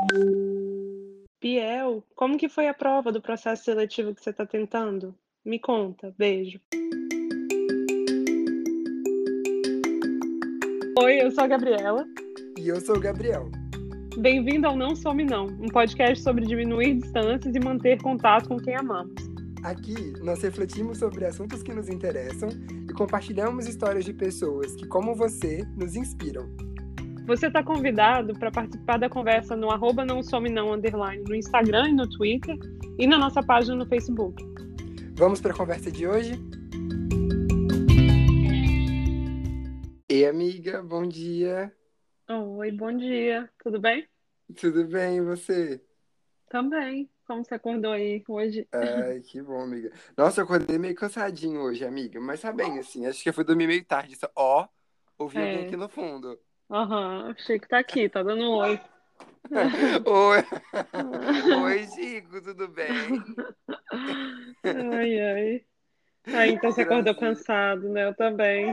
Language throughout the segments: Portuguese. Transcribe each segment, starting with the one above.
Biel, como que foi a prova do processo seletivo que você está tentando? Me conta, beijo. Oi, eu sou a Gabriela. E eu sou o Gabriel. Bem-vindo ao Não Some Não, um podcast sobre diminuir distâncias e manter contato com quem amamos. Aqui nós refletimos sobre assuntos que nos interessam e compartilhamos histórias de pessoas que, como você, nos inspiram. Você está convidado para participar da conversa no @nãosome_não_ no Instagram e no Twitter e na nossa página no Facebook. Vamos para a conversa de hoje? Ei, amiga, bom dia. Oi, bom dia, tudo bem? Tudo bem, e você? Também. Como você acordou aí hoje? Ai, que bom, amiga. Nossa, eu acordei meio cansadinho hoje, amiga, mas tá bem, assim, acho que eu fui dormir meio tarde. Ó, ouvi alguém aqui É, no fundo. aham, achei que tá aqui, tá dando um oi. Oi, oi, Chico, tudo bem? Ai, ai. Então você acordou Gracinha. cansado, né? Eu também.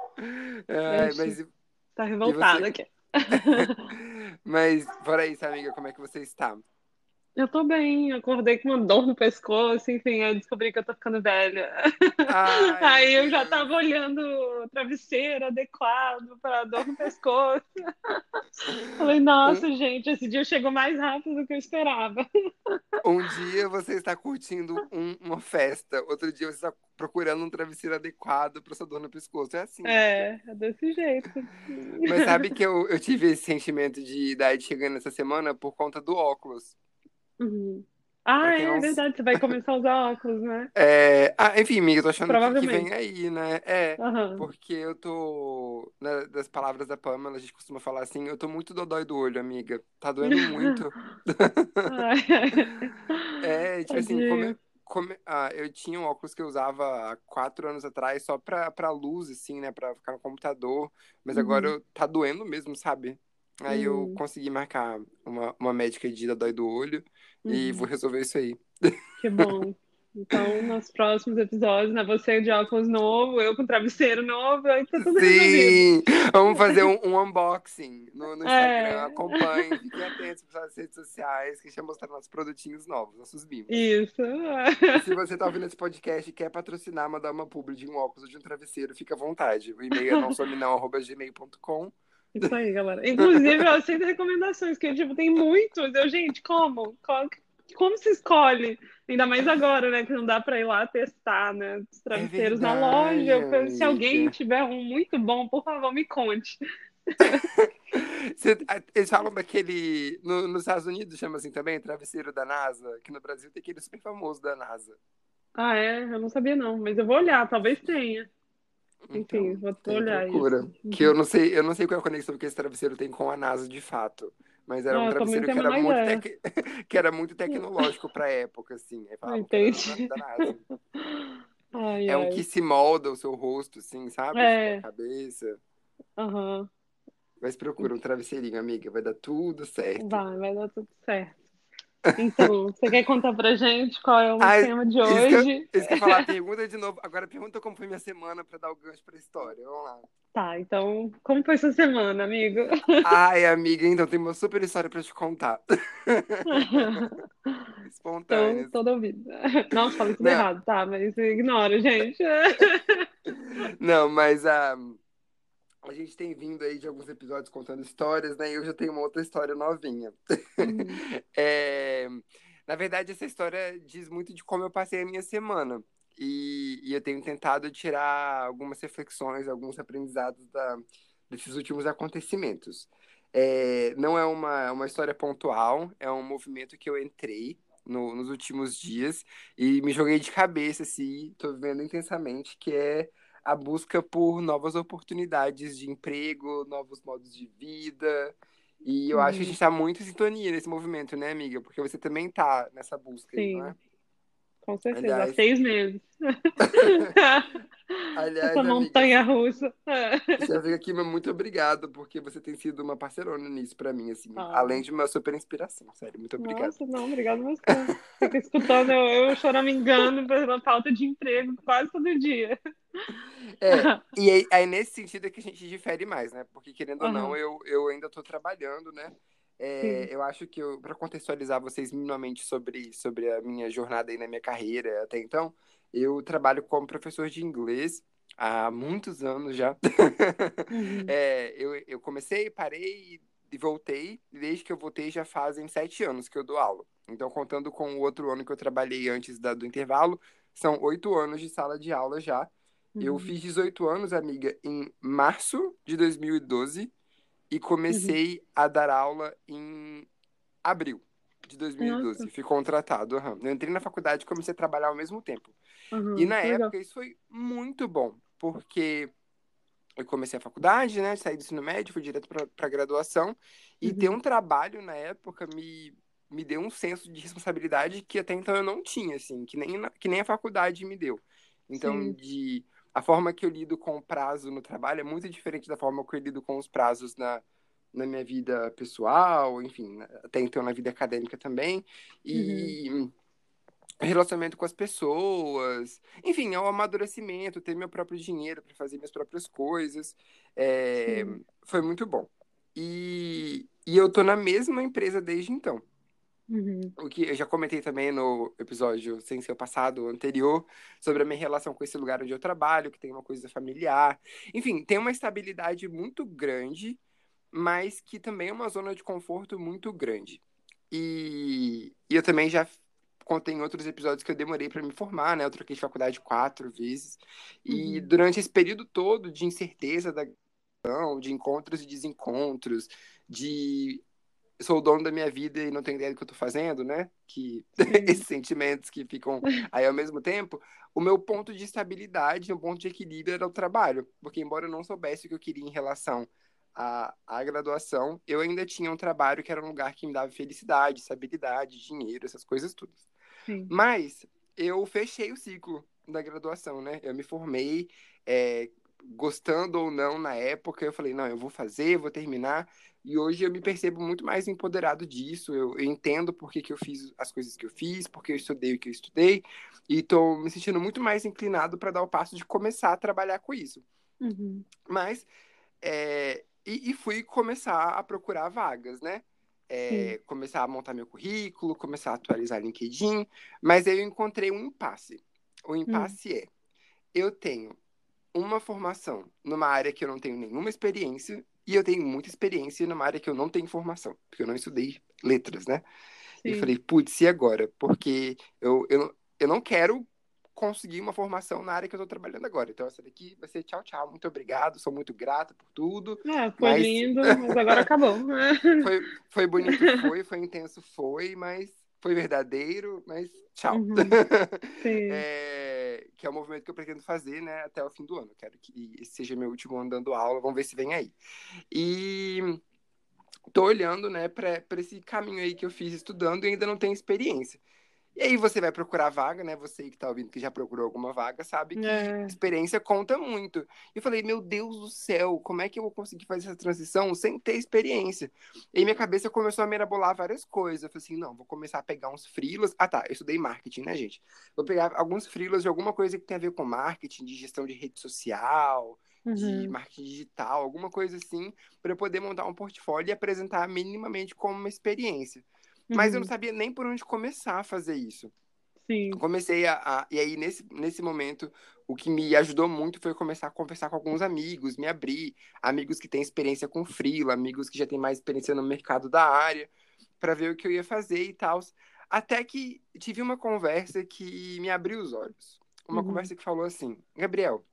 Ai, Ixi, mas tá e revoltada você? aqui. Mas, fora isso, amiga, como é que você está? Eu tô bem, acordei com uma dor no pescoço, enfim, aí descobri que eu tô ficando velha. Ai, meu Aí eu já Deus. tava olhando o travesseiro adequado para dor no pescoço. Falei, Um, nossa, gente, esse dia chegou mais rápido do que eu esperava. um dia você está curtindo uma festa, outro dia você está procurando um travesseiro adequado para sua dor no pescoço. É assim, amiga. É desse jeito. Mas sabe que eu tive esse sentimento de idade chegando essa semana por conta do óculos. Uhum. Para quem É não. verdade, você vai começar a usar óculos, né? Enfim, amiga, eu tô achando que vem Provavelmente. aí, né? Aham. Porque eu tô. Das palavras da Pamela, a gente costuma falar assim: eu tô muito dodói do olho, amiga. Tá doendo muito. Ai, ai. Tipo assim, Tadinho. eu tinha um óculos que eu usava há 4 anos atrás só pra luz, assim, né? Pra ficar no computador. Mas agora Uhum. tá doendo mesmo, sabe? Aí eu Uhum. consegui marcar uma médica de dodói do olho e vou Uhum. resolver isso aí. Que bom. Então, nos próximos episódios, né? Você de óculos novo, eu com travesseiro novo, aí tá tudo resolvido. Sim! Vamos fazer um unboxing no Instagram. É. Acompanhem, fiquem atentos para as redes sociais que a gente vai mostrar nossos produtinhos novos, nossos mimos. Isso. E se você tá ouvindo esse podcast e quer patrocinar, mandar uma publi de um óculos ou de um travesseiro, fica à vontade. O e-mail é nãosomenão@gmail.com. Isso aí, galera. Inclusive, eu aceito recomendações, que tipo, tem muitos. Gente, como? Como se escolhe? Ainda mais agora, né? Que não dá pra ir lá testar, né? Os É travesseiros na loja. verdade, Se alguém amiga. tiver um muito bom, por favor, me conte. Eles falam daquele. Nos Estados Unidos chama assim também, travesseiro da NASA, que no Brasil tem aquele super famoso da NASA. Ah, é? Eu não sabia, não. Mas eu vou olhar, talvez tenha. Enfim, Então, vou tem olhar isso. procura. Que eu não sei qual é a conexão que esse travesseiro tem com a NASA de fato. Mas era um Ah, eu também não travesseiro tenho que a era menor muito, ideia. que era muito tecnológico pra época, assim. Aí falavam que era da, Entendi. da NASA. Ai, É um que ai. se molda o seu rosto, assim, sabe? Sua É, cabeça. aham. Mas procura um travesseirinho, amiga. Vai dar tudo certo. Vai dar tudo certo. Então, você quer contar pra gente qual é o Ai, tema de isso que eu, hoje? isso que eu ia falar. Pergunta de novo. Agora pergunta como foi minha semana pra dar o gancho pra história. Vamos lá. Tá, então, como foi sua semana, amigo? Ai, amiga, então tem uma super história pra te contar. Tô Espontâneas. toda ouvida. Nossa, falei tudo Não, errado, tá? Mas ignora, gente. não, mas a gente tem vindo aí de alguns episódios contando histórias, né? E eu já tenho uma outra história novinha. Uhum, É, na verdade, essa história diz muito de como eu passei a minha semana. E eu tenho tentado tirar algumas reflexões, alguns aprendizados desses últimos acontecimentos. Não é uma história pontual, é um movimento que eu entrei nos últimos dias e me joguei de cabeça, assim, tô vivendo intensamente, que é a busca por novas oportunidades de emprego, novos modos de vida. E eu acho que a gente uhum. está muito em sintonia nesse movimento, né, amiga? Porque você também tá nessa busca aí, não Sim, é? com certeza. Há Aliás, 6 meses. Essa aliás, amiga, montanha russa. já fica aqui, mas muito obrigado, porque você tem sido uma parcerona nisso pra mim, assim, além Ah, de uma super inspiração, sério, muito obrigado. nossa, não, obrigado você. Fica escutando eu choramingando pela falta de emprego quase todo dia. E aí nesse sentido é que a gente difere mais, né? Porque, querendo ou não, Aham. eu ainda tô trabalhando, né? Sim. Eu acho que, para contextualizar vocês minimamente sobre a minha jornada aí na minha carreira até então, eu trabalho como professor de inglês há muitos anos já. Uhum. Eu comecei, parei e voltei. E desde que eu voltei já fazem 7 anos que eu dou aula. Então, contando com o outro ano que eu trabalhei antes do intervalo, são 8 anos de sala de aula já. Eu Uhum. fiz 18 anos, amiga, em março de 2012 e Uhum. comecei a dar aula em abril de Nossa. 2012. Fui contratado. Aham. Eu entrei na faculdade e comecei a trabalhar ao mesmo tempo. E Uhum. na Que legal. época isso foi muito bom, porque eu comecei a faculdade, né? Saí do ensino médio, fui direto para graduação. E ter Uhum. um trabalho na época me deu um senso de responsabilidade que até então eu não tinha, assim, que nem a faculdade me deu. Então, Sim. a forma que eu lido com o prazo no trabalho é muito diferente da forma que eu lido com os prazos na minha vida pessoal, enfim, até então na vida acadêmica também. Uhum. E relacionamento com as pessoas, enfim, é o amadurecimento, ter meu próprio dinheiro para fazer minhas próprias coisas, é, Sim. foi muito bom. E eu tô na mesma empresa desde então. Uhum. O que eu já comentei também no episódio sem ser o passado, anterior, sobre a minha relação com esse lugar onde eu trabalho, que tem uma coisa familiar. Enfim, tem uma estabilidade muito grande, mas que também é uma zona de conforto muito grande. E eu também já contei em outros episódios que eu demorei para me formar, né? Eu troquei de faculdade 4 vezes. E Uhum. durante esse período todo de incerteza da graduação, de encontros e desencontros, de sou o dono da minha vida e não tenho ideia do que eu tô fazendo, né? Que Sim. esses sentimentos que ficam aí ao mesmo tempo, o meu ponto de estabilidade, o ponto de equilíbrio era o trabalho, porque embora eu não soubesse o que eu queria em relação à graduação, eu ainda tinha um trabalho que era um lugar que me dava felicidade, estabilidade, dinheiro, essas coisas todas. Sim. Mas eu fechei o ciclo da graduação, né? Eu me formei, gostando ou não na época, eu falei, não, eu vou fazer, vou terminar. E hoje eu me percebo muito mais empoderado disso. Eu entendo por que que eu fiz as coisas que eu fiz, porque eu estudei o que eu estudei, e estou me sentindo muito mais inclinado para dar o passo de começar a trabalhar com isso. Uhum. Mas e fui começar a procurar vagas, né? Sim. Começar a montar meu currículo, começar a atualizar LinkedIn, mas aí eu encontrei um impasse. O Uhum. impasse eu tenho uma formação numa área que eu não tenho nenhuma experiência e eu tenho muita experiência numa área que eu não tenho formação, porque eu não estudei letras, né? E eu Sim. falei, putz, e agora? Porque eu não quero conseguir uma formação na área que eu estou trabalhando agora. Então, essa daqui vai ser tchau, tchau, muito obrigado, sou muito grato por tudo, Ah, foi mas lindo, mas agora acabou. foi bonito, foi intenso, mas foi verdadeiro, mas tchau. Uhum. Sim. Que é o movimento que eu pretendo fazer, né, até o fim do ano. Quero que esse seja meu último ano dando aula, vamos ver se vem aí. E tô olhando, né, para esse caminho aí que eu fiz estudando e ainda não tenho experiência. E aí você vai procurar vaga, né? Você que tá ouvindo que já procurou alguma vaga, sabe que É. experiência conta muito. E eu falei, meu Deus do céu, como é que eu vou conseguir fazer essa transição sem ter experiência? E aí minha cabeça começou a mirabolar várias coisas. Eu falei assim, não, vou começar a pegar uns freelas. Ah, tá, eu estudei marketing, né, gente? Vou pegar alguns freelas de alguma coisa que tem a ver com marketing, de gestão de rede social, de Uhum. marketing digital, alguma coisa assim, para eu poder montar um portfólio e apresentar minimamente como uma experiência. Mas eu não Uhum. sabia nem por onde começar a fazer isso. Eu Sim. comecei e aí, nesse momento, o que me ajudou muito foi começar a conversar com alguns amigos, me abrir, amigos que têm experiência com freela, amigos que já têm mais experiência no mercado da área, para ver o que eu ia fazer e tal. Até que tive uma conversa que me abriu os olhos. Uma Uhum. conversa que falou assim: Gabriel,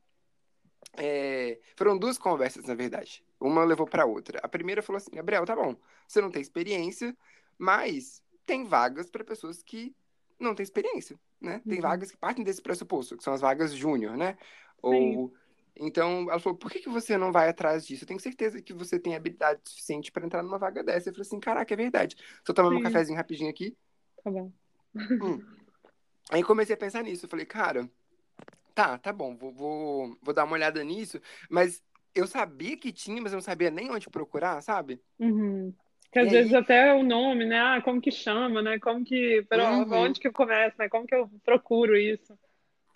foram duas conversas, na verdade. Uma levou para outra. A primeira falou assim: Gabriel, tá bom, você não tem experiência, mas tem vagas para pessoas que não têm experiência, né? Tem Uhum. vagas que partem desse pressuposto, que são as vagas júnior, né? Sim. Ou então ela falou: por que você não vai atrás disso? Eu tenho certeza que você tem habilidade suficiente para entrar numa vaga dessa. Eu falei assim: caraca, é verdade. Só tomar um Sim. cafezinho rapidinho aqui. Tá bom. Hum. Aí comecei a pensar nisso. Eu falei, cara, tá bom, vou dar uma olhada nisso, mas eu sabia que tinha, mas eu não sabia nem onde procurar, sabe? Uhum. Que E às vezes aí, até o nome, né? Ah, como que chama, né? Como que. Onde uhum, que eu começo, né? Como que eu procuro isso?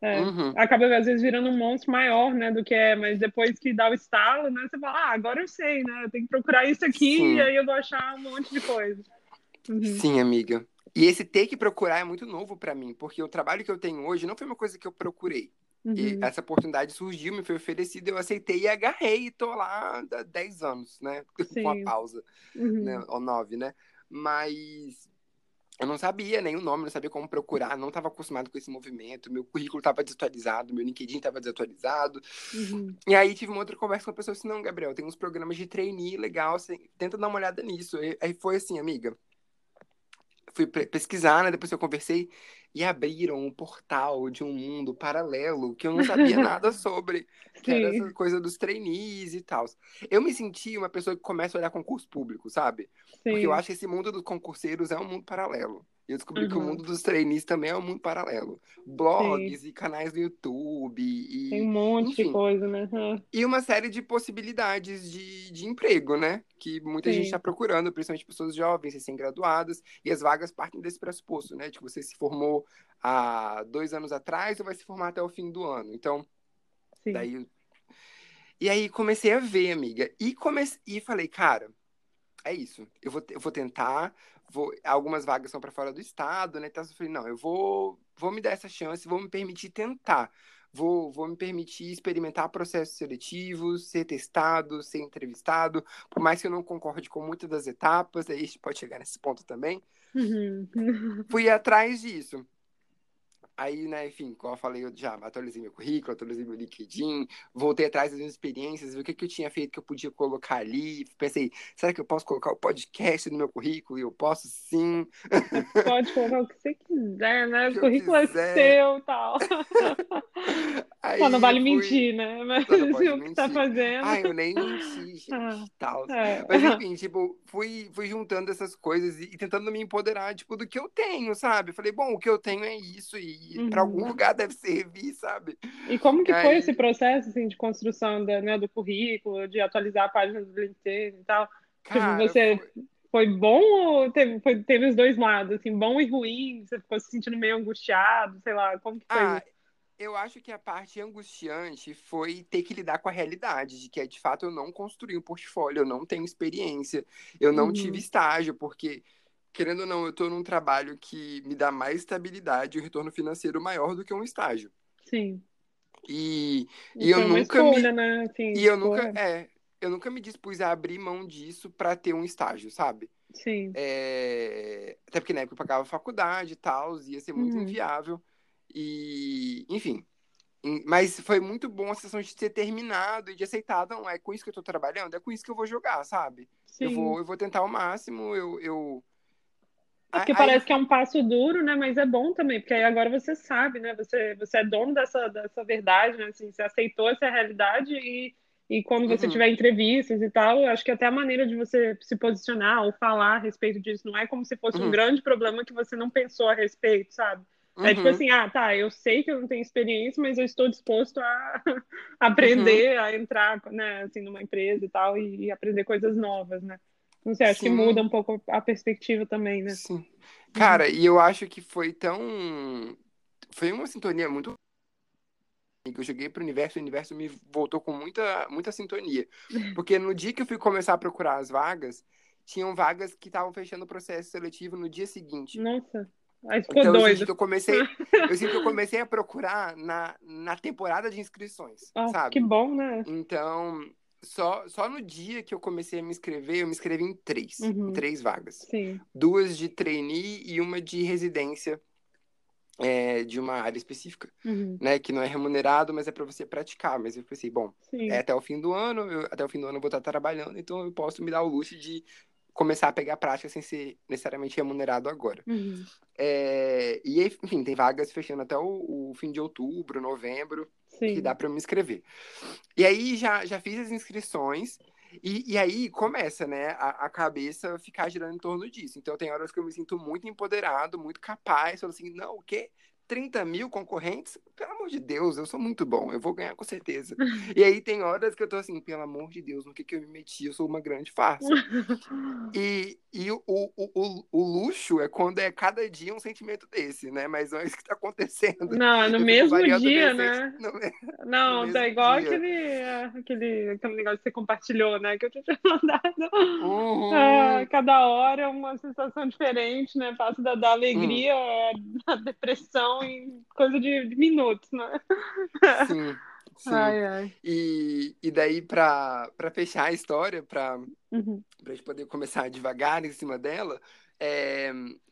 Uhum. Acaba, às vezes, virando um monstro maior, né, do que é, mas depois que dá o estalo, né, você fala, agora eu sei, né, eu tenho que procurar isso aqui, e Sim, aí eu vou achar um monte de coisa. Uhum, sim, amiga. E esse ter que procurar é muito novo pra mim, porque o trabalho que eu tenho hoje não foi uma coisa que eu procurei. E uhum, essa oportunidade surgiu, me foi oferecida, eu aceitei e agarrei, e tô lá há 10 anos, né? Com a sim, pausa, né? uhum. Ou 9, né? Mas eu não sabia nem o nome, não sabia como procurar, não estava acostumado com esse movimento, meu currículo estava desatualizado, meu LinkedIn estava desatualizado. Uhum. E aí tive uma outra conversa com a pessoa assim, não, Gabriel, tem uns programas de trainee legal, você tenta dar uma olhada nisso. Aí foi assim, amiga, fui pesquisar, né? Depois eu conversei e abriram um portal de um mundo paralelo que eu não sabia nada sobre, que era essa Sim, coisa dos trainees e tal. Eu me senti uma pessoa que começa a olhar concurso público, sabe? Porque eu sim, acho que esse mundo dos concurseiros é um mundo paralelo. E eu descobri que o uhum, mundo dos trainees também é um mundo paralelo. sim. Blogs e canais no YouTube Tem um e, monte de enfim, coisa, né? e uma série de possibilidades de emprego, né? Que muita gente está Sim, procurando, principalmente pessoas jovens, recém-graduadas, e as vagas partem desse pressuposto, né? De que você se formou há 2 anos atrás ou vai se formar até o fim do ano. Então, sim. daí. E aí comecei a ver, amiga, e falei, cara, é isso. Eu vou tentar. Algumas vagas são para fora do estado, né? Então eu falei, não, vou me dar essa chance, vou me permitir tentar. Vou me permitir experimentar processos seletivos, ser testado, ser entrevistado, por mais que eu não concorde com muitas das etapas, aí a gente pode chegar nesse ponto também. Uhum. Fui atrás disso. Aí, né, enfim, como eu falei, eu já atualizei meu currículo, atualizei meu LinkedIn, voltei atrás das minhas experiências, vi o que, que eu tinha feito que eu podia colocar ali. Pensei, será que eu posso colocar o podcast no meu currículo? E eu posso sim, Você pode colocar o que você quiser, né? o O que eu currículo é quiser. seu, tal. Só não Aí vale fui. mentir, né? Mas Só não pode o que tá mentir. fazendo. Ah, eu nem menti, Ah, gente, tal. Mas é. enfim, tipo, fui juntando essas coisas e tentando me empoderar, tipo, do que eu tenho, sabe? Falei, bom, o que eu tenho é isso e pra algum Uhum. lugar deve servir, sabe? E como que foi esse Aí, processo assim, de construção né, do currículo, de atualizar a página do LinkedIn e tal? Tipo, cara, você foi bom ou teve os dois lados, assim, bom e ruim? Você ficou se sentindo meio angustiado, sei lá, como que foi Ah, isso? eu acho que a parte angustiante foi ter que lidar com a realidade, de que de fato eu não construí um portfólio, eu não tenho experiência, eu não tive Uhum. estágio, porque, querendo ou não, eu estou num trabalho que me dá mais estabilidade e um retorno financeiro maior do que um estágio. Sim. E, E e eu foi uma nunca escolha, me. né? Assim, E eu tipo, nunca. Eu nunca me dispus a abrir mão disso para ter um estágio, sabe? sim. Até porque na época eu pagava faculdade e tal, ia ser muito Uhum. inviável. E, enfim. Mas foi muito bom a sensação de ter terminado e de aceitar, não, é com isso que eu tô trabalhando, é com isso que eu vou jogar, sabe? Eu Sim. vou, eu vou tentar ao máximo, eu... É porque Aí, parece que é um passo duro, né? Mas é bom também, porque aí agora você sabe, né? Você é dono dessa verdade, né? Assim, você aceitou essa realidade e quando você uhum, tiver entrevistas e tal, eu acho que até a maneira de você se posicionar ou falar a respeito disso não é como se fosse um uhum, grande problema que você não pensou a respeito, sabe? É tipo uhum, assim, ah, tá, eu sei que eu não tenho experiência, mas eu estou disposto a uhum, aprender, a entrar, né, assim, numa empresa e tal, e aprender coisas novas, né? Não sei, acho que muda sim, um pouco a perspectiva também, né? sim. Uhum. Cara, e eu acho que foi tão... Foi uma sintonia muito... que eu cheguei pro universo, o universo me voltou com muita, muita sintonia. Porque no dia que eu fui começar a procurar as vagas, tinham vagas que estavam fechando o processo seletivo no dia seguinte. Nossa, aí ficou Então doido. eu sinto que eu comecei a procurar na temporada de inscrições, Ah, que sabe? bom, né? Então, só no dia que eu comecei a me inscrever, eu me inscrevi em Uhum, três vagas. sim. Duas de trainee e uma de residência, de uma área específica, Uhum, né? Que não é remunerado, mas é para você praticar. Mas eu pensei, bom, sim. até o fim do ano, até o fim do ano eu vou estar trabalhando, então eu posso me dar o luxo de começar a pegar prática sem ser necessariamente remunerado agora. Uhum, E, enfim, tem vagas fechando até o fim de outubro, novembro, que dá sim. para eu me inscrever. E aí já fiz as inscrições, e aí começa, né, a cabeça ficar girando em torno disso. Então tem horas que eu me sinto muito empoderado, muito capaz, falo assim, não, o quê? 30 mil concorrentes, pelo amor de Deus, eu sou muito bom, eu vou ganhar com certeza. E aí tem horas que eu tô assim, pelo amor de Deus, no que eu me meti? Eu sou uma grande farsa. E o luxo é quando é cada dia um sentimento desse, né? Mas não é isso que tá acontecendo. Não, é no Eu fico mesmo variando dia, meus né? no Não, tá mesmo igual dia. aquele negócio que você compartilhou, né? Que eu tinha te mandado. Uhum. Cada hora é uma sensação diferente, né? Passa da Hum, alegria à depressão em coisa de minutos, né? sim, sim. Ai, ai. E daí, pra fechar a história, Uhum, pra gente poder começar devagar em cima dela, é,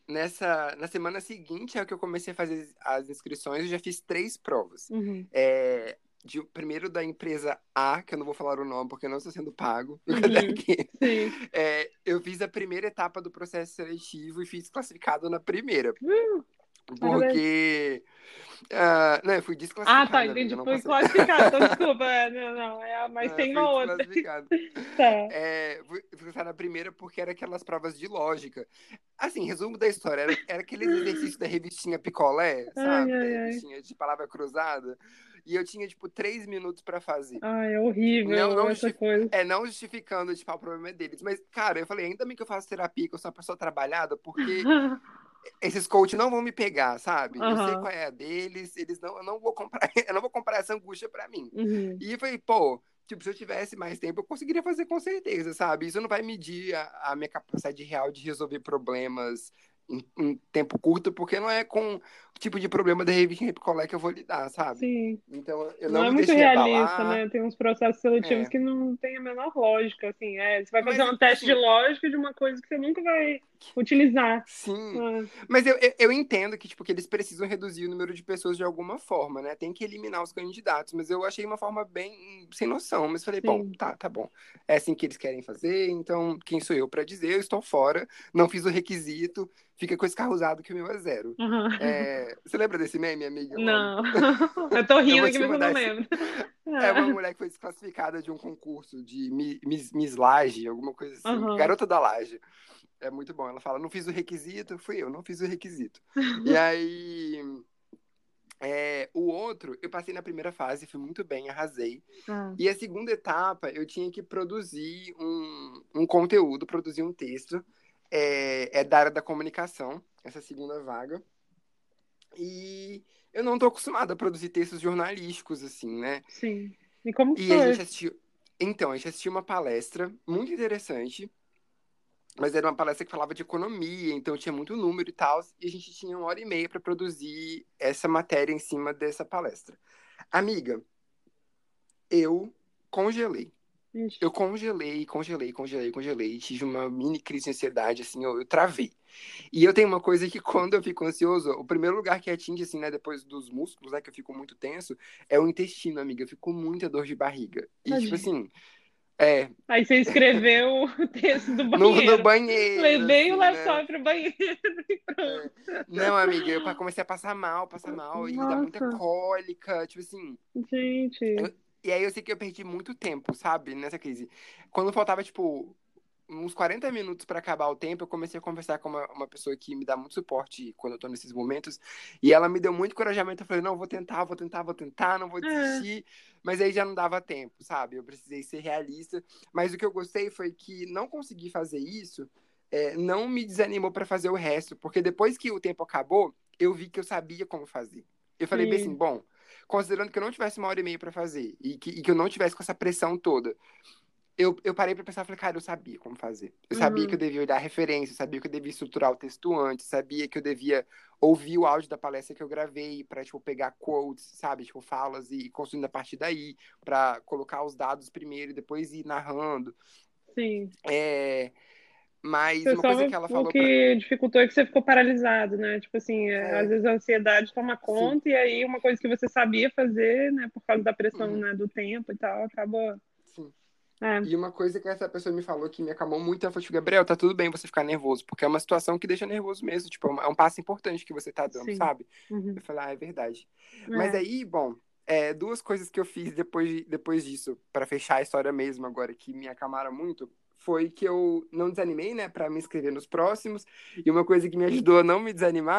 na semana seguinte é que eu comecei a fazer as inscrições, eu já fiz 3 provas. uhum, Primeiro da empresa A, que eu não vou falar o nome porque eu não estou sendo pago, uhum. Sim. eu fiz a primeira etapa do processo seletivo e fiz classificado na primeira, Parabéns. porque não, eu fui Ah, tá, desclassificado, amiga, entendi. eu não Foi passei. classificado, então desculpa. Não, não, mas tem Fui uma outra. desclassificado. Tá. Fui classificado na primeira porque era aquelas provas de lógica. Assim, resumo da história, era aqueles exercícios da revistinha picolé, Ai, sabe? Da ai, ai. revistinha de palavra cruzada. E eu tinha, tipo, 3 minutos pra fazer. Ai, é Não, horrível não, essa coisa. não justificando, tipo, o problema é deles. Mas, cara, eu falei, ainda bem que eu faço terapia, que eu sou uma pessoa trabalhada, porque esses coaches não vão me pegar, sabe? Eu sei Aham. qual é a deles, eu não vou comprar, eu não vou comprar essa angústia pra mim. Uhum. E eu falei, pô, tipo, se eu tivesse mais tempo, eu conseguiria fazer com certeza, sabe? Isso não vai medir a minha capacidade real de resolver problemas em tempo curto, porque não é com o tipo de problema da revista Repicolé que eu vou lidar, sabe? Sim. Então, eu Não não é me muito deixei realista, abalar. né? Tem uns processos seletivos É. que não tem a menor lógica, assim. Você vai fazer Mas, um teste de assim, lógica de uma coisa que você nunca vai utilizar. sim, Ah, mas eu entendo que, tipo, que eles precisam reduzir o número de pessoas de alguma forma, né? Tem que eliminar os candidatos, mas eu achei uma forma bem sem noção. Mas falei, bom, sim. tá bom. É assim que eles querem fazer, então quem sou eu pra dizer? Eu estou fora, não fiz o requisito, fica com esse carro usado que o meu é zero. Aham. Você lembra desse meme, amiga? Eu amo. Não. Eu tô Eu rindo vou aqui, te mas eu não mandar esse. lembro. É uma Ah, mulher que foi desclassificada de um concurso de Miss Laje, alguma coisa assim. aham. Garota da Laje. É muito bom. Ela fala, não fiz o requisito, fui eu, não fiz o requisito. E aí, o outro, eu passei na primeira fase, fui muito bem, arrasei. Ah, E a segunda etapa, eu tinha que produzir um conteúdo, produzir um texto, da área da comunicação, essa segunda vaga. E eu não tô acostumada a produzir textos jornalísticos, assim, né? sim. E como que E a foi? gente assistiu. Então, a gente assistiu uma palestra muito interessante, mas era uma palestra que falava de economia, então tinha muito número e tal, e a gente tinha 1 hora e meia para produzir essa matéria em cima dessa palestra. Amiga, eu congelei. Ixi. Eu congelei. Tive uma mini crise de ansiedade, assim, eu travei. E eu tenho uma coisa que quando eu fico ansioso, o primeiro lugar que atinge, assim, né, depois dos músculos, né, que eu fico muito tenso, é o intestino, amiga. Eu fico com muita dor de barriga. E, tipo Tadinho. assim, é, Aí você escreveu o texto do no banheiro. banheiro, Levei o assim, né? lençol pro banheiro e pronto. É. Não, amiga, eu comecei a passar mal, e dá muita Nossa, cólica, tipo assim. gente. E aí eu sei que eu perdi muito tempo, sabe, nessa crise. Quando faltava, tipo, uns 40 minutos pra acabar o tempo, eu comecei a conversar com uma pessoa que me dá muito suporte quando eu tô nesses momentos, e ela me deu muito encorajamento. Eu falei, não, vou tentar, não vou É, desistir. Mas aí já não dava tempo, sabe? Eu precisei ser realista. Mas o que eu gostei foi que não consegui fazer isso, não me desanimou pra fazer o resto, porque depois que o tempo acabou, eu vi que eu sabia como fazer. Eu falei bem assim, sim. bom, considerando que eu não tivesse 1 hora e meia pra fazer e que eu não tivesse com essa pressão toda, eu parei pra pensar e falei, cara, eu sabia como fazer. Eu sabia que eu Uhum, devia olhar referência, eu sabia que eu devia estruturar o texto antes, sabia que eu devia ouvir o áudio da palestra que eu gravei pra, tipo, pegar quotes, sabe, tipo, falas e ir construindo a partir daí, pra colocar os dados primeiro e depois ir narrando. sim. É, mas Foi uma só coisa que ela o falou pra... que dificultou é que você ficou paralisado, né? Tipo assim, às É, vezes a ansiedade toma sim. conta e aí uma coisa que você sabia fazer, né, por causa da pressão, Uhum, né, do tempo e tal, acaba. sim. É, E uma coisa que essa pessoa me falou que me acalmou muito, ela falou, tipo, Gabriel, tá tudo bem você ficar nervoso, porque é uma situação que deixa nervoso mesmo, tipo, é um passo importante que você tá dando, sim. sabe? Eu Uhum. falei, é verdade. Mas É. aí, bom, 2 coisas que eu fiz depois disso, pra fechar a história mesmo agora, que me acalmaram muito, foi que eu não desanimei, né, pra me inscrever nos próximos, e uma coisa que me ajudou a não me desanimar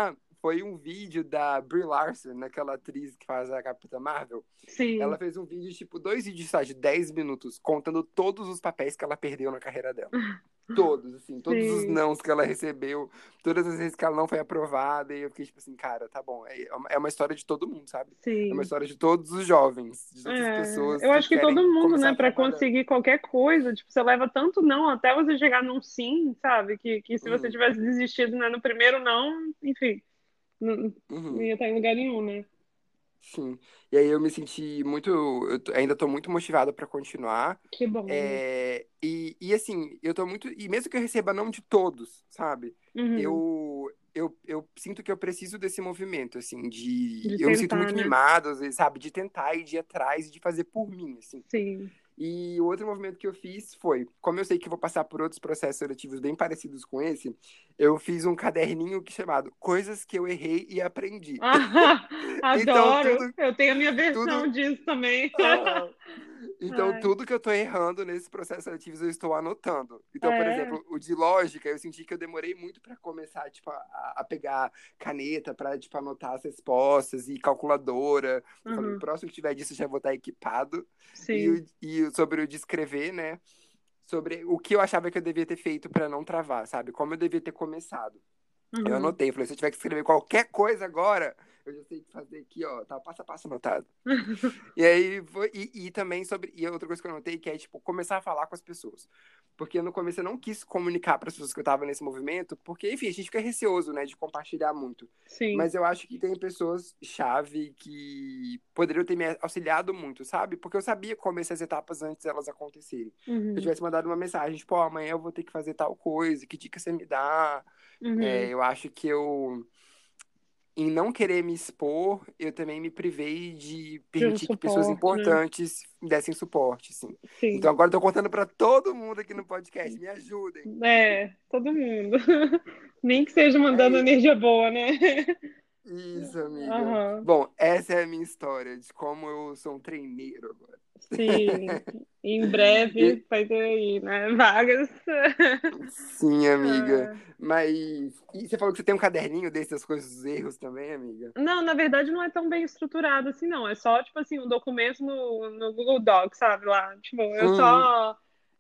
foi um vídeo da Brie Larson, aquela atriz que faz a Capitã Marvel. Sim. Ela fez um vídeo, tipo, 2 vídeos só de 10 minutos, contando todos os papéis que ela perdeu na carreira dela. Todos, assim, todos os Sim. nãos que ela recebeu, todas as vezes que ela não foi aprovada, e eu fiquei tipo assim, cara, tá bom, é uma história de todo mundo, sabe? É uma Sim. história de todos os jovens, de todas as pessoas Eu que acho que querem todo mundo, começar né, a para trabalhar. conseguir qualquer coisa, tipo, você leva tanto não até você chegar num sim, sabe? Que se você Uhum, tivesse desistido, né, no primeiro não, enfim, não uhum. ia estar em lugar nenhum, né? Sim. E aí eu me senti muito. Ainda tô muito motivado para continuar. Que bom. E assim, eu tô muito. E mesmo que eu receba não de todos, sabe? Uhum. Eu sinto que eu preciso desse movimento, assim, de. De Eu me sinto tentar, muito né? mimado, às vezes, sabe? De tentar e de ir atrás e de fazer por mim, assim. Sim. E o outro movimento que eu fiz foi, como eu sei que eu vou passar por outros processos seletivos bem parecidos com esse, eu fiz um caderninho chamado Coisas que eu errei e aprendi. Ah, Então, adoro. Eu tenho a minha versão tudo, disso também. ah, então, Ai, tudo que eu tô errando nesse processo seletivo, eu estou anotando. Então, por é. exemplo, o de lógica, eu senti que eu demorei muito para começar, tipo, a pegar caneta para, tipo, anotar as respostas e calculadora. Eu falei, o Uhum. próximo que tiver disso, eu já vou estar equipado. Sim. Sobre o de escrever, né? Sobre o que eu achava que eu devia ter feito para não travar, sabe? Como eu devia ter começado. Eu Uhum. anotei, falei, se eu tiver que escrever qualquer coisa agora, eu já sei o que fazer aqui, ó, tá passo a passo anotado. E aí, e também sobre. E outra coisa que eu notei que é, tipo, começar a falar com as pessoas. Porque no começo eu não quis comunicar para as pessoas que eu estava nesse movimento, porque, enfim, a gente fica receoso, né, de compartilhar muito. Sim. Mas eu acho que tem pessoas-chave que poderiam ter me auxiliado muito, sabe? Porque eu sabia como essas etapas antes delas acontecerem. Se eu Uhum. tivesse mandado uma mensagem, tipo, ó, amanhã eu vou ter que fazer tal coisa, que dica você me dá? Uhum. Eu acho que em não querer me expor, eu também me privei de De um permitir que pessoas suporte, né? importantes me dessem suporte, assim. Sim. Então agora eu tô contando para todo mundo aqui no podcast, me ajudem. É, todo mundo. Nem que seja mandando É energia boa, né? isso, amiga. Aham. Bom, essa é a minha história de como eu sou um treineiro agora. Sim. Em breve E- vai ter aí, né? Vagas. sim, amiga. Ah. Mas e você falou que você tem um caderninho dessas coisas, dos erros também, amiga? Não, na verdade não é tão bem estruturado assim, não. É só, tipo assim, um documento no Google Docs, sabe? Lá, tipo, eu Uhum, só.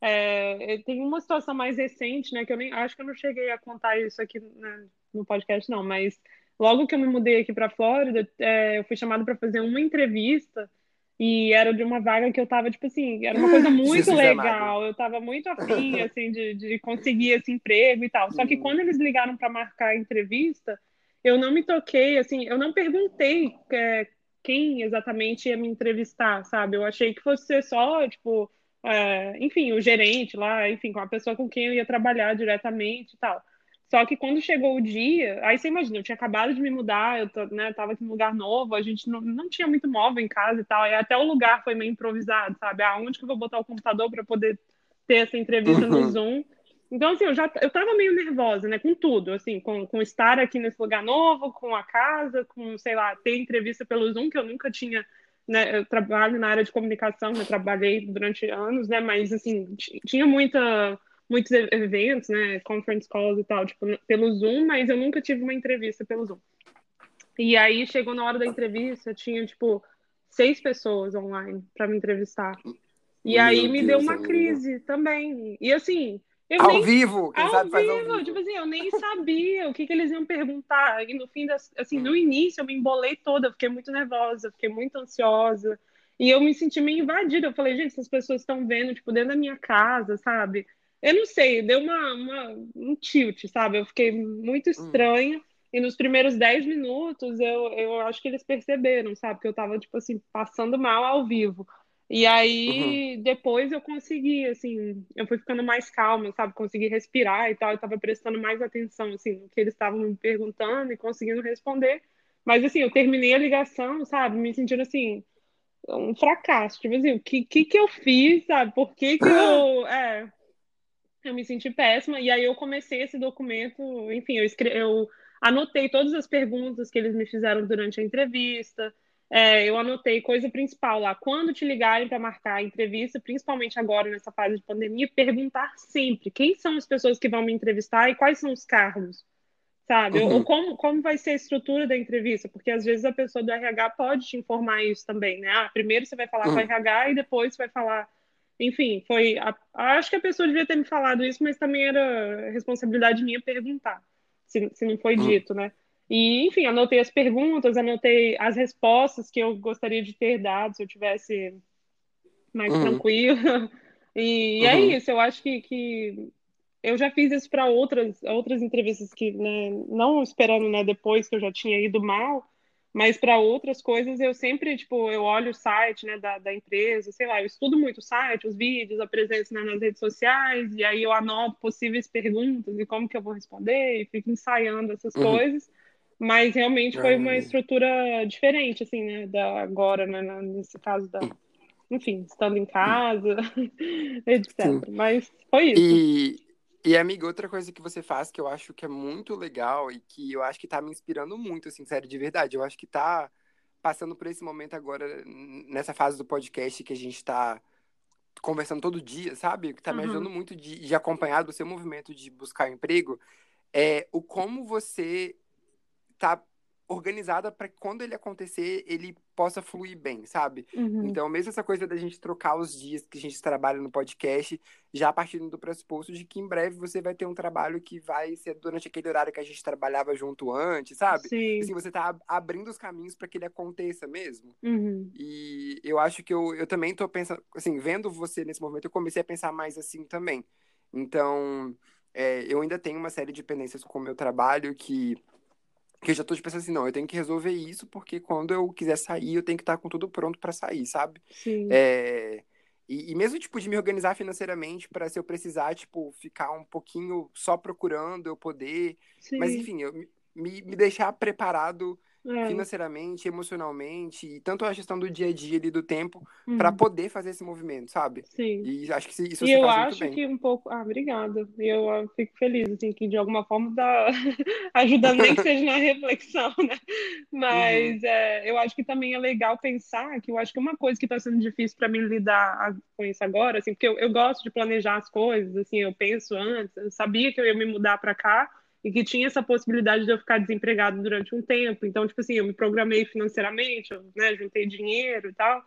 Tem uma situação mais recente, né? Que eu nem acho que eu não cheguei a contar isso aqui, né, no podcast, não. Mas logo que eu me mudei aqui para Flórida, eu fui chamada para fazer uma entrevista e era de uma vaga que eu tava, tipo assim, era uma coisa muito Jesus amado. legal. Eu tava muito afim, assim, de conseguir esse emprego e tal. Só que Sim. quando eles ligaram para marcar a entrevista eu não me toquei, assim, eu não perguntei quem exatamente ia me entrevistar, sabe? Eu achei que fosse ser só, tipo, enfim, o gerente lá, enfim, com a pessoa com quem eu ia trabalhar diretamente e tal. Só que quando chegou o dia, aí você imagina, eu tinha acabado de me mudar, né, tava aqui num lugar novo, a gente não tinha muito móvel em casa e tal, e até o lugar foi meio improvisado, sabe? Aonde que eu vou botar o computador para poder ter essa entrevista no Uhum. Zoom? Então, assim, eu tava meio nervosa, né, com tudo, assim, com estar aqui nesse lugar novo, com a casa, com, sei lá, ter entrevista pelo Zoom, que eu nunca tinha, né, eu trabalho na área de comunicação, né, trabalhei durante anos, né, mas, assim, tinha muitos eventos, né, conference calls e tal, tipo, pelo Zoom, mas eu nunca tive uma entrevista pelo Zoom. E aí, chegou na hora da entrevista, tinha, tipo, 6 pessoas online para me entrevistar. E aí Meu me deu Deus, uma amiga. crise também. E assim, eu Ao nem vivo! Quem ao sabe faz ao vivo, tipo vivo. assim, eu nem sabia o que que eles iam perguntar. E no fim assim, no Hum. início eu me embolei toda, eu fiquei muito nervosa, eu fiquei muito ansiosa. E eu me senti meio invadida. Eu falei, gente, essas pessoas estão vendo, tipo, dentro da minha casa, sabe? Eu não sei, deu um tilt, sabe? Eu fiquei muito Hum. estranha. E nos primeiros 10 minutos, eu acho que eles perceberam, sabe? Que eu tava, tipo assim, passando mal ao vivo. E Uhum. aí, depois eu consegui, assim, eu fui ficando mais calma, sabe? Consegui respirar e tal, eu tava prestando mais atenção, assim, no que eles estavam me perguntando e conseguindo responder. Mas, assim, eu terminei a ligação, sabe? Me sentindo, assim, um fracasso. Tipo assim, o que eu fiz, sabe? Por que que eu me senti péssima. E aí eu comecei esse documento, enfim, eu anotei todas as perguntas que eles me fizeram durante a entrevista. Eu anotei coisa principal lá. Quando te ligarem para marcar a entrevista, principalmente agora nessa fase de pandemia, perguntar sempre quem são as pessoas que vão me entrevistar e quais são os cargos. sabe? Ou Uhum, como vai ser a estrutura da entrevista, porque às vezes a pessoa do RH pode te informar isso também, né? Ah, primeiro você vai falar com o uhum, RH e depois você vai falar. Enfim, acho que a pessoa devia ter me falado isso, mas também era responsabilidade minha perguntar, se não foi uhum, dito, né? E, enfim, anotei as perguntas, anotei as respostas que eu gostaria de ter dado se eu tivesse mais uhum, tranquila. E é uhum, isso, eu acho que eu já fiz isso para outras entrevistas que, né, não esperando, né, depois que eu já tinha ido mal, mas para outras coisas eu sempre, tipo, eu olho o site, né, da empresa, sei lá, eu estudo muito o site, os vídeos, a presença, né, nas redes sociais, e aí eu anoto possíveis perguntas e como que eu vou responder, e fico ensaiando essas uhum. coisas. Mas realmente foi uma Ah, estrutura diferente, assim, né, da agora, né, nesse caso enfim, estando em casa, sim. etc. Mas foi isso. E, amiga, outra coisa que você faz que eu acho que é muito legal e que eu acho que tá me inspirando muito, assim, sério, de verdade. Eu acho que tá passando por esse momento agora, nessa fase do podcast que a gente tá conversando todo dia, sabe? O que tá me ajudando Aham. muito de acompanhar do seu movimento de buscar emprego é o como você tá organizada para que quando ele acontecer, ele possa fluir bem, sabe? Uhum. Então, mesmo essa coisa da gente trocar os dias que a gente trabalha no podcast, já partindo do pressuposto de que em breve você vai ter um trabalho que vai ser durante aquele horário que a gente trabalhava junto antes, sabe? Sim. Assim, você tá abrindo os caminhos para que ele aconteça mesmo. Uhum. E eu acho que eu também tô pensando, assim, vendo você nesse momento, eu comecei a pensar mais assim também. Então, eu ainda tenho uma série de pendências com o meu trabalho que eu já tô pensando assim, não, eu tenho que resolver isso porque quando eu quiser sair, eu tenho que estar com tudo pronto para sair, sabe? Sim. É, e mesmo, tipo, de me organizar financeiramente para se eu precisar, tipo, ficar um pouquinho só procurando, eu poder. Mas, Sim. enfim, eu me deixar preparado É. financeiramente, emocionalmente, e tanto a gestão do dia a dia ali do tempo para Uhum. poder fazer esse movimento, sabe? Sim. E acho que isso E você eu faz muito acho bem. que um pouco. Ah, obrigada. E eu fico feliz, assim, que de alguma forma tá ajudando, nem que seja na reflexão, né? Uhum, Mas eu acho que também é legal pensar que eu acho que uma coisa que está sendo difícil para mim lidar com isso agora, assim, porque eu gosto de planejar as coisas, assim, eu penso antes, eu sabia que eu ia me mudar para cá e que tinha essa possibilidade de eu ficar desempregado durante um tempo. Então, tipo assim, eu me programei financeiramente, eu, né, juntei dinheiro e tal.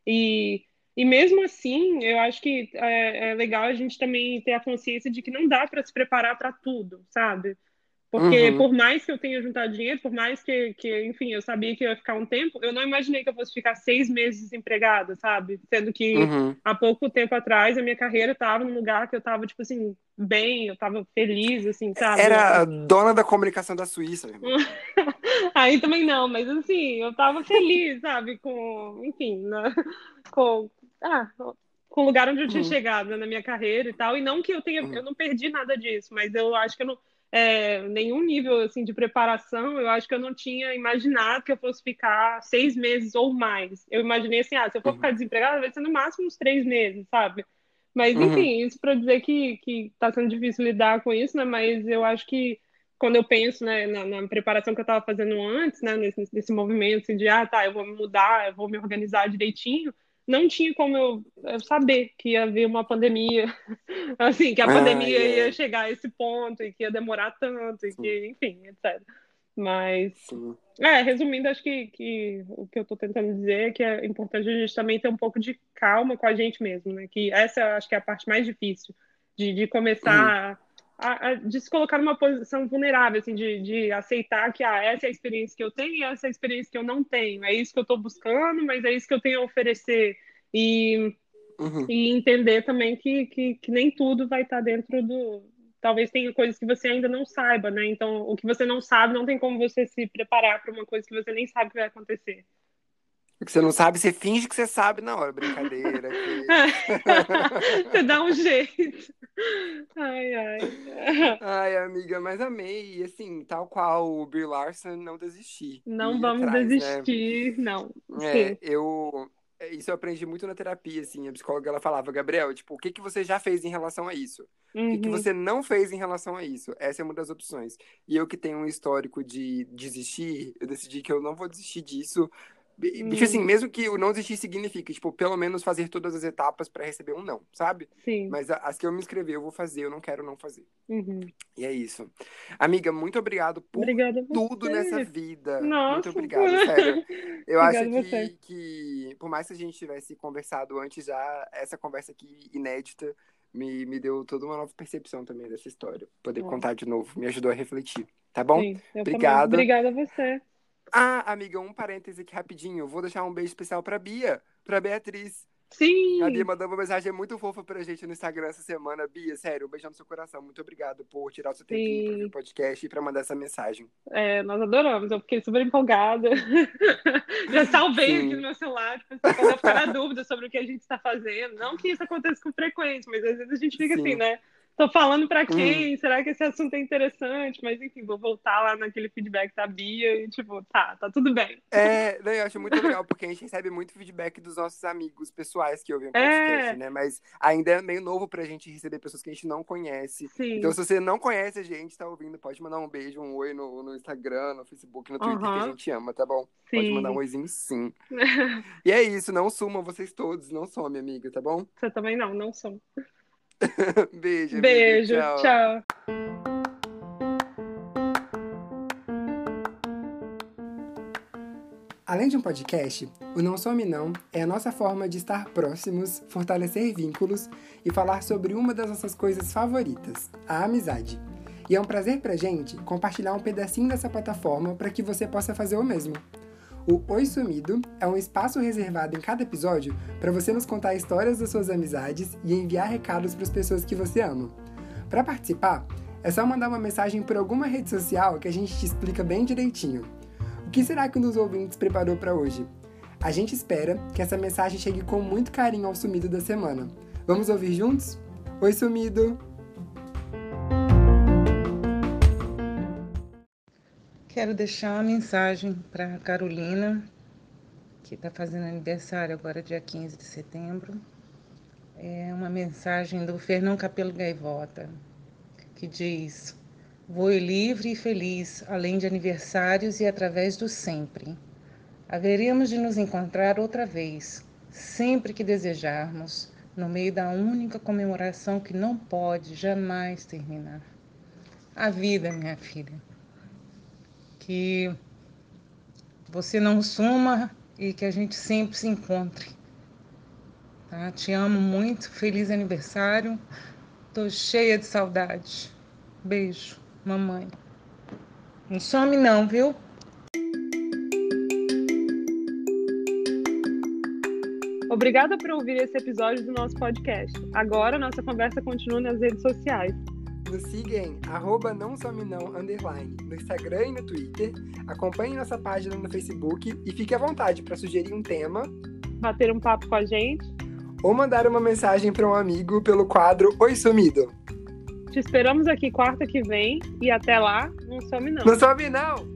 E e mesmo assim, eu acho que é legal a gente também ter a consciência de que não dá para se preparar para tudo, sabe? Porque uhum, por mais que eu tenha juntado dinheiro, por mais enfim, eu sabia que eu ia ficar um tempo, eu não imaginei que eu fosse ficar 6 meses desempregada, sabe? Sendo que uhum. há pouco tempo atrás a minha carreira estava num lugar que eu estava, tipo assim, bem, eu estava feliz, assim, sabe? Era a dona da comunicação da Suíça, meu irmão. Aí também não, mas assim, eu estava feliz, sabe? Enfim, com, ah, com o lugar onde eu tinha Uhum, chegado na minha carreira e tal. E não que eu uhum, não perdi nada disso, mas eu acho que eu não, nenhum nível assim de preparação, eu acho que eu não tinha imaginado que eu fosse ficar 6 meses ou mais. Eu imaginei assim, se eu for ficar uhum, desempregada, vai ser no máximo uns 3 meses, sabe? Mas uhum, enfim, isso para dizer que tá sendo difícil lidar com isso, né? Mas eu acho que quando eu penso, né, na preparação que eu estava fazendo antes, né, nesse movimento assim, de, tá, eu vou me mudar, eu vou me organizar direitinho, não tinha como eu saber que ia haver uma pandemia, assim, que a ai, pandemia ia é. chegar a esse ponto e que ia demorar tanto e Sim, que, enfim, etc. Mas, sim. resumindo, acho que o que eu estou tentando dizer é que é importante a gente também ter um pouco de calma com a gente mesmo, né? Que essa eu acho que é a parte mais difícil de Uhum, começar de se colocar numa posição vulnerável, assim, de aceitar que essa é a experiência que eu tenho e essa é a experiência que eu não tenho. É isso que eu estou buscando, mas é isso que eu tenho a oferecer. E, uhum, e entender também que nem tudo vai estar dentro do. Talvez tenha coisas que você ainda não saiba, né? Então, o que você não sabe, não tem como você se preparar para uma coisa que você nem sabe que vai acontecer. O que você não sabe, você finge que você sabe na hora. Brincadeira, que isso. Você dá um jeito. Ai, ai. Ai, amiga, mas amei. E assim, tal qual o Brie Larson, não desistir. Não E ir vamos atrás, né? desistir, não. É, Sim. isso eu aprendi muito na terapia, assim. A psicóloga, ela falava, Gabriel, tipo, o que que você já fez em relação a isso? O que que Uhum. você não fez em relação a isso? Essa é uma das opções. E eu que tenho um histórico de desistir, eu decidi que eu não vou desistir disso Tipo assim, mesmo que o não desistir signifique, tipo, pelo menos fazer todas as etapas pra receber um não, sabe? Sim. Mas as que eu me inscrevi, eu vou fazer, eu não quero não fazer. Uhum. E é isso. Amiga, muito obrigado por Obrigada a tudo nessa você. vida. Muito Nossa. obrigado, sério. Eu acho Obrigada a você. que, por mais que a gente tivesse conversado antes já, essa conversa aqui inédita me deu toda uma nova percepção também dessa história. Poder contar de novo, me ajudou a refletir. Tá bom? Sim, eu também. Obrigado. Obrigada a você. Ah, amiga, um parêntese aqui rapidinho. Vou deixar um beijo especial pra Bia, pra Beatriz. A Bia Sim! mandou uma mensagem muito fofa pra gente no Instagram essa semana. Bia, sério, um beijão no seu coração. Muito obrigado por tirar o seu tempinho pra ouvir o Sim. podcast e pra mandar essa mensagem. Nós adoramos, eu fiquei super empolgada. Já salvei aqui no Sim. meu celular, tipo assim, quando eu ficar na dúvida sobre o que a gente está fazendo. Não que isso aconteça com frequência, mas às vezes a gente fica assim, Sim. né? Tô falando para Uhum. quem? Será que esse assunto é interessante? Mas enfim, vou voltar lá naquele feedback da Bia e tipo, tá tudo bem. Eu acho muito legal, porque a gente recebe muito feedback dos nossos amigos pessoais que ouvem o podcast, É, né? Mas ainda é meio novo pra gente receber pessoas que a gente não conhece. Então, sim. se você não conhece a gente, tá ouvindo, pode mandar um beijo, um oi no Instagram, no Facebook, no Twitter, que a Aham, gente ama, tá bom? Pode mandar um sim. oizinho, sim. E é isso, não sumam vocês todos, não some, amiga, tá bom? Você também não sou. Beijo, amiga, Beijo, tchau. tchau. Além de um podcast, o Não Some Não é a nossa forma de estar próximos, fortalecer vínculos e falar sobre uma das nossas coisas favoritas, a amizade. E é um prazer pra gente compartilhar um pedacinho dessa plataforma para que você possa fazer o mesmo. O Oi Sumido é um espaço reservado em cada episódio para você nos contar histórias das suas amizades e enviar recados para as pessoas que você ama. Para participar, é só mandar uma mensagem por alguma rede social que a gente te explica bem direitinho. O que será que um dos ouvintes preparou para hoje? A gente espera que essa mensagem chegue com muito carinho ao sumido da semana. Vamos ouvir juntos? Oi, sumido! Quero deixar uma mensagem para Carolina, que está fazendo aniversário agora, dia 15 de setembro. É uma mensagem do Fernão Capelo Gaivota, que diz: voe livre e feliz, além de aniversários e através do sempre. Haveremos de nos encontrar outra vez, sempre que desejarmos, no meio da única comemoração que não pode jamais terminar. A vida, minha filha. Que você não suma e que a gente sempre se encontre. Tá? Te amo muito, feliz aniversário. Tô cheia de saudade. Beijo, mamãe. Não some não, viu? Obrigada por ouvir esse episódio do nosso podcast. Agora, nossa conversa continua nas redes sociais. Nos siga em @nãosomenão_ no Instagram e no Twitter. Acompanhe nossa página no Facebook e fique à vontade para sugerir um tema, Bater um papo com a gente. ou mandar uma mensagem para um amigo pelo quadro Oi Sumido. Te esperamos aqui quarta que vem e até lá, não some não. Não some não!